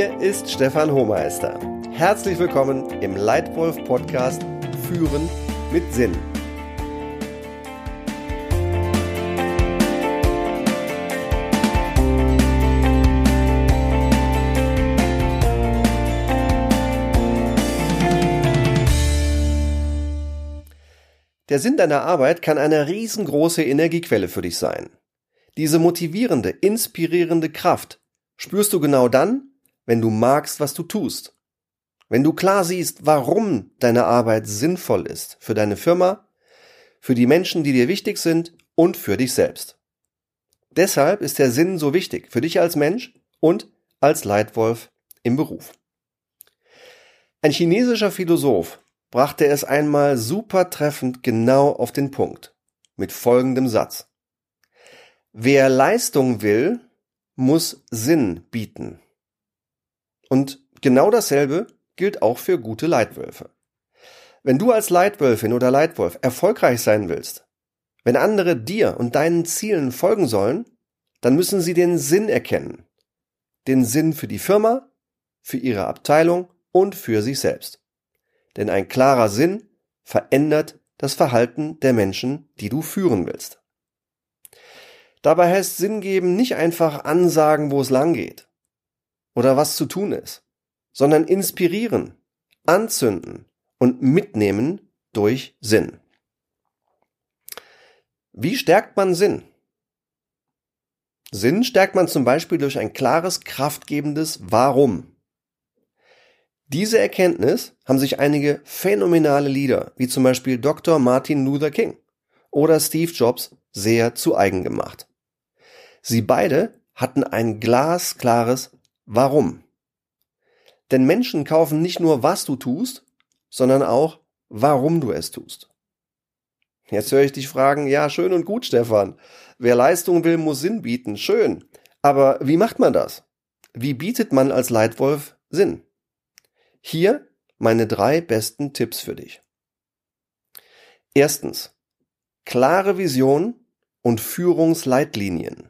Hier ist Stefan Hohmeister. Herzlich willkommen im Leitwolf-Podcast Führen mit Sinn. Der Sinn deiner Arbeit kann eine riesengroße Energiequelle für dich sein. Diese motivierende, inspirierende Kraft spürst du genau dann, wenn du magst, was du tust. Wenn du klar siehst, warum deine Arbeit sinnvoll ist für deine Firma, für die Menschen, die dir wichtig sind und für dich selbst. Deshalb ist der Sinn so wichtig für dich als Mensch und als Leitwolf im Beruf. Ein chinesischer Philosoph brachte es einmal super treffend genau auf den Punkt mit folgendem Satz: Wer Leistung will, muss Sinn bieten. Und genau dasselbe gilt auch für gute Leitwölfe. Wenn du als Leitwölfin oder Leitwolf erfolgreich sein willst, wenn andere dir und deinen Zielen folgen sollen, dann müssen sie den Sinn erkennen. Den Sinn für die Firma, für ihre Abteilung und für sich selbst. Denn ein klarer Sinn verändert das Verhalten der Menschen, die du führen willst. Dabei heißt Sinn geben nicht einfach ansagen, wo es lang geht oder was zu tun ist, sondern inspirieren, anzünden und mitnehmen durch Sinn. Wie stärkt man Sinn? Sinn stärkt man zum Beispiel durch ein klares, kraftgebendes Warum. Diese Erkenntnis haben sich einige phänomenale Leader, wie zum Beispiel Dr. Martin Luther King oder Steve Jobs, sehr zu eigen gemacht. Sie beide hatten ein glasklares Warum. Denn Menschen kaufen nicht nur, was du tust, sondern auch, warum du es tust. Jetzt höre ich dich fragen, ja, schön und gut, Stefan. Wer Leistung will, muss Sinn bieten. Schön. Aber wie macht man das? Wie bietet man als Leitwolf Sinn? Hier meine 3 besten Tipps für dich. Erstens, klare Vision und Führungsleitlinien.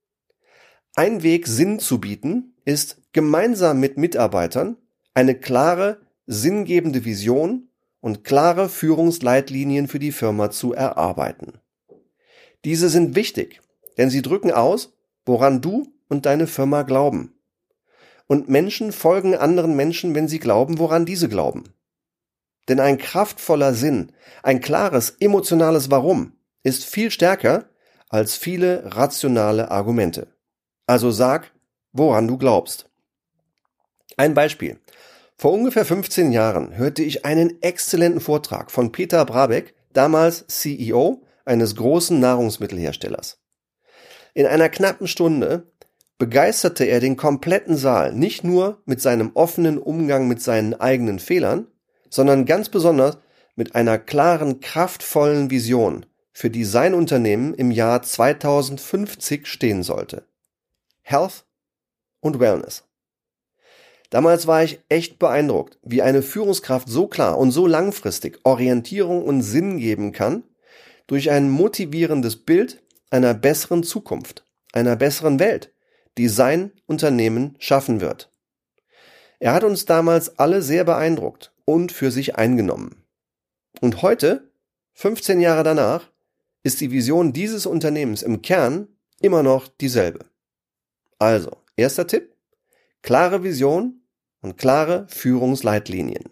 Ein Weg, Sinn zu bieten, ist, gemeinsam mit Mitarbeitern eine klare, sinngebende Vision und klare Führungsleitlinien für die Firma zu erarbeiten. Diese sind wichtig, denn sie drücken aus, woran du und deine Firma glauben. Und Menschen folgen anderen Menschen, wenn sie glauben, woran diese glauben. Denn ein kraftvoller Sinn, ein klares, emotionales Warum ist viel stärker als viele rationale Argumente. Also sag, woran du glaubst. Ein Beispiel. Vor ungefähr 15 Jahren hörte ich einen exzellenten Vortrag von Peter Brabeck, damals CEO eines großen Nahrungsmittelherstellers. In einer knappen Stunde begeisterte er den kompletten Saal nicht nur mit seinem offenen Umgang mit seinen eigenen Fehlern, sondern ganz besonders mit einer klaren, kraftvollen Vision, für die sein Unternehmen im Jahr 2050 stehen sollte. Health und Wellness. Damals war ich echt beeindruckt, wie eine Führungskraft so klar und so langfristig Orientierung und Sinn geben kann, durch ein motivierendes Bild einer besseren Zukunft, einer besseren Welt, die sein Unternehmen schaffen wird. Er hat uns damals alle sehr beeindruckt und für sich eingenommen. Und heute, 15 Jahre danach, ist die Vision dieses Unternehmens im Kern immer noch dieselbe. Also, erster Tipp, klare Vision und klare Führungsleitlinien.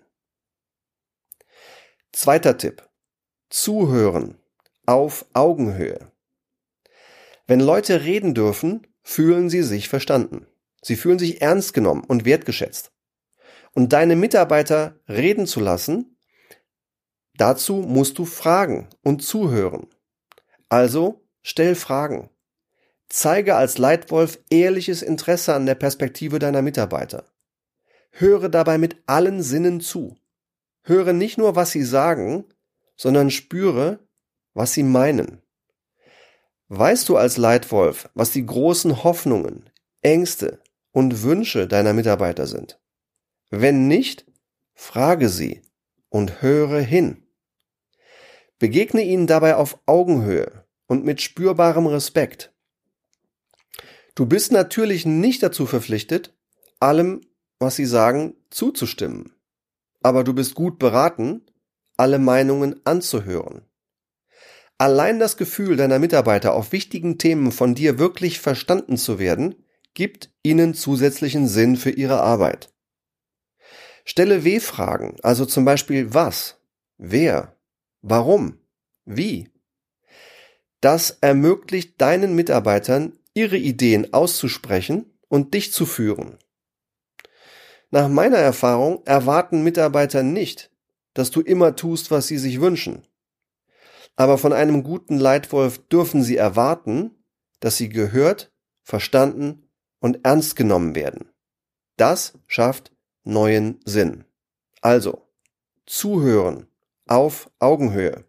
Zweiter Tipp, zuhören auf Augenhöhe. Wenn Leute reden dürfen, fühlen sie sich verstanden. Sie fühlen sich ernst genommen und wertgeschätzt. Und deine Mitarbeiter reden zu lassen, dazu musst du fragen und zuhören. Also stell Fragen. Zeige als Leitwolf ehrliches Interesse an der Perspektive deiner Mitarbeiter. Höre dabei mit allen Sinnen zu. Höre nicht nur, was sie sagen, sondern spüre, was sie meinen. Weißt du als Leitwolf, was die großen Hoffnungen, Ängste und Wünsche deiner Mitarbeiter sind? Wenn nicht, frage sie und höre hin. Begegne ihnen dabei auf Augenhöhe und mit spürbarem Respekt. Du bist natürlich nicht dazu verpflichtet, allem was sie sagen, zuzustimmen. Aber du bist gut beraten, alle Meinungen anzuhören. Allein das Gefühl deiner Mitarbeiter, auf wichtigen Themen von dir wirklich verstanden zu werden, gibt ihnen zusätzlichen Sinn für ihre Arbeit. Stelle W-Fragen, also zum Beispiel was, wer, warum, wie. Das ermöglicht deinen Mitarbeitern, ihre Ideen auszusprechen und dich zu führen. Nach meiner Erfahrung erwarten Mitarbeiter nicht, dass du immer tust, was sie sich wünschen. Aber von einem guten Leitwolf dürfen sie erwarten, dass sie gehört, verstanden und ernst genommen werden. Das schafft neuen Sinn. Also, zuhören auf Augenhöhe.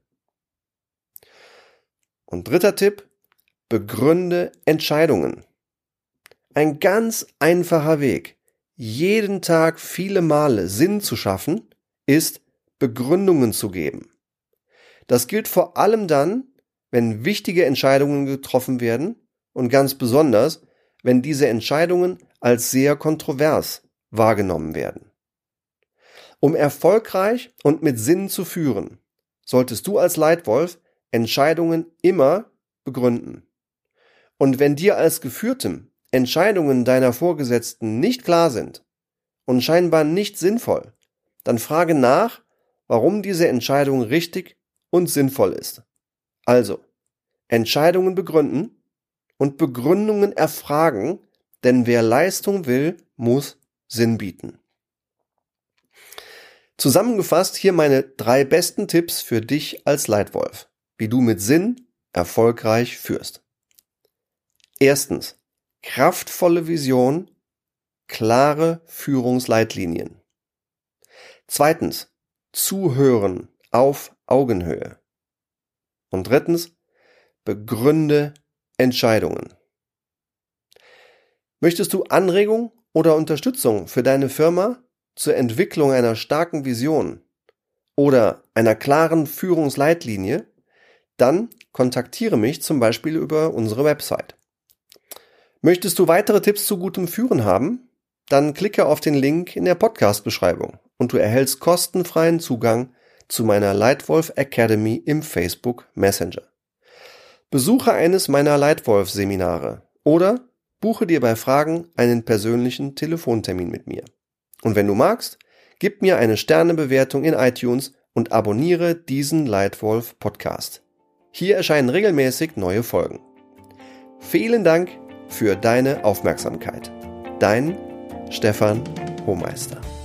Und dritter Tipp, begründe Entscheidungen. Ein ganz einfacher Weg, jeden Tag viele Male Sinn zu schaffen, ist, Begründungen zu geben. Das gilt vor allem dann, wenn wichtige Entscheidungen getroffen werden und ganz besonders, wenn diese Entscheidungen als sehr kontrovers wahrgenommen werden. Um erfolgreich und mit Sinn zu führen, solltest du als Leitwolf Entscheidungen immer begründen. Und wenn dir als Geführtem Entscheidungen deiner Vorgesetzten nicht klar sind und scheinbar nicht sinnvoll, dann frage nach, warum diese Entscheidung richtig und sinnvoll ist. Also, Entscheidungen begründen und Begründungen erfragen, denn wer Leistung will, muss Sinn bieten. Zusammengefasst hier meine 3 besten Tipps für dich als Leitwolf, wie du mit Sinn erfolgreich führst. Erstens, kraftvolle Vision, klare Führungsleitlinien. Zweitens, zuhören auf Augenhöhe. Und drittens, begründe Entscheidungen. Möchtest du Anregung oder Unterstützung für deine Firma zur Entwicklung einer starken Vision oder einer klaren Führungsleitlinie? Dann kontaktiere mich zum Beispiel über unsere Website. Möchtest du weitere Tipps zu gutem Führen haben? Dann klicke auf den Link in der Podcast-Beschreibung und du erhältst kostenfreien Zugang zu meiner Leitwolf Academy im Facebook Messenger. Besuche eines meiner Leitwolf-Seminare oder buche dir bei Fragen einen persönlichen Telefontermin mit mir. Und wenn du magst, gib mir eine Sternebewertung in iTunes und abonniere diesen Leitwolf-Podcast. Hier erscheinen regelmäßig neue Folgen. Vielen Dank für deine Aufmerksamkeit. Dein Stefan Hohmeister.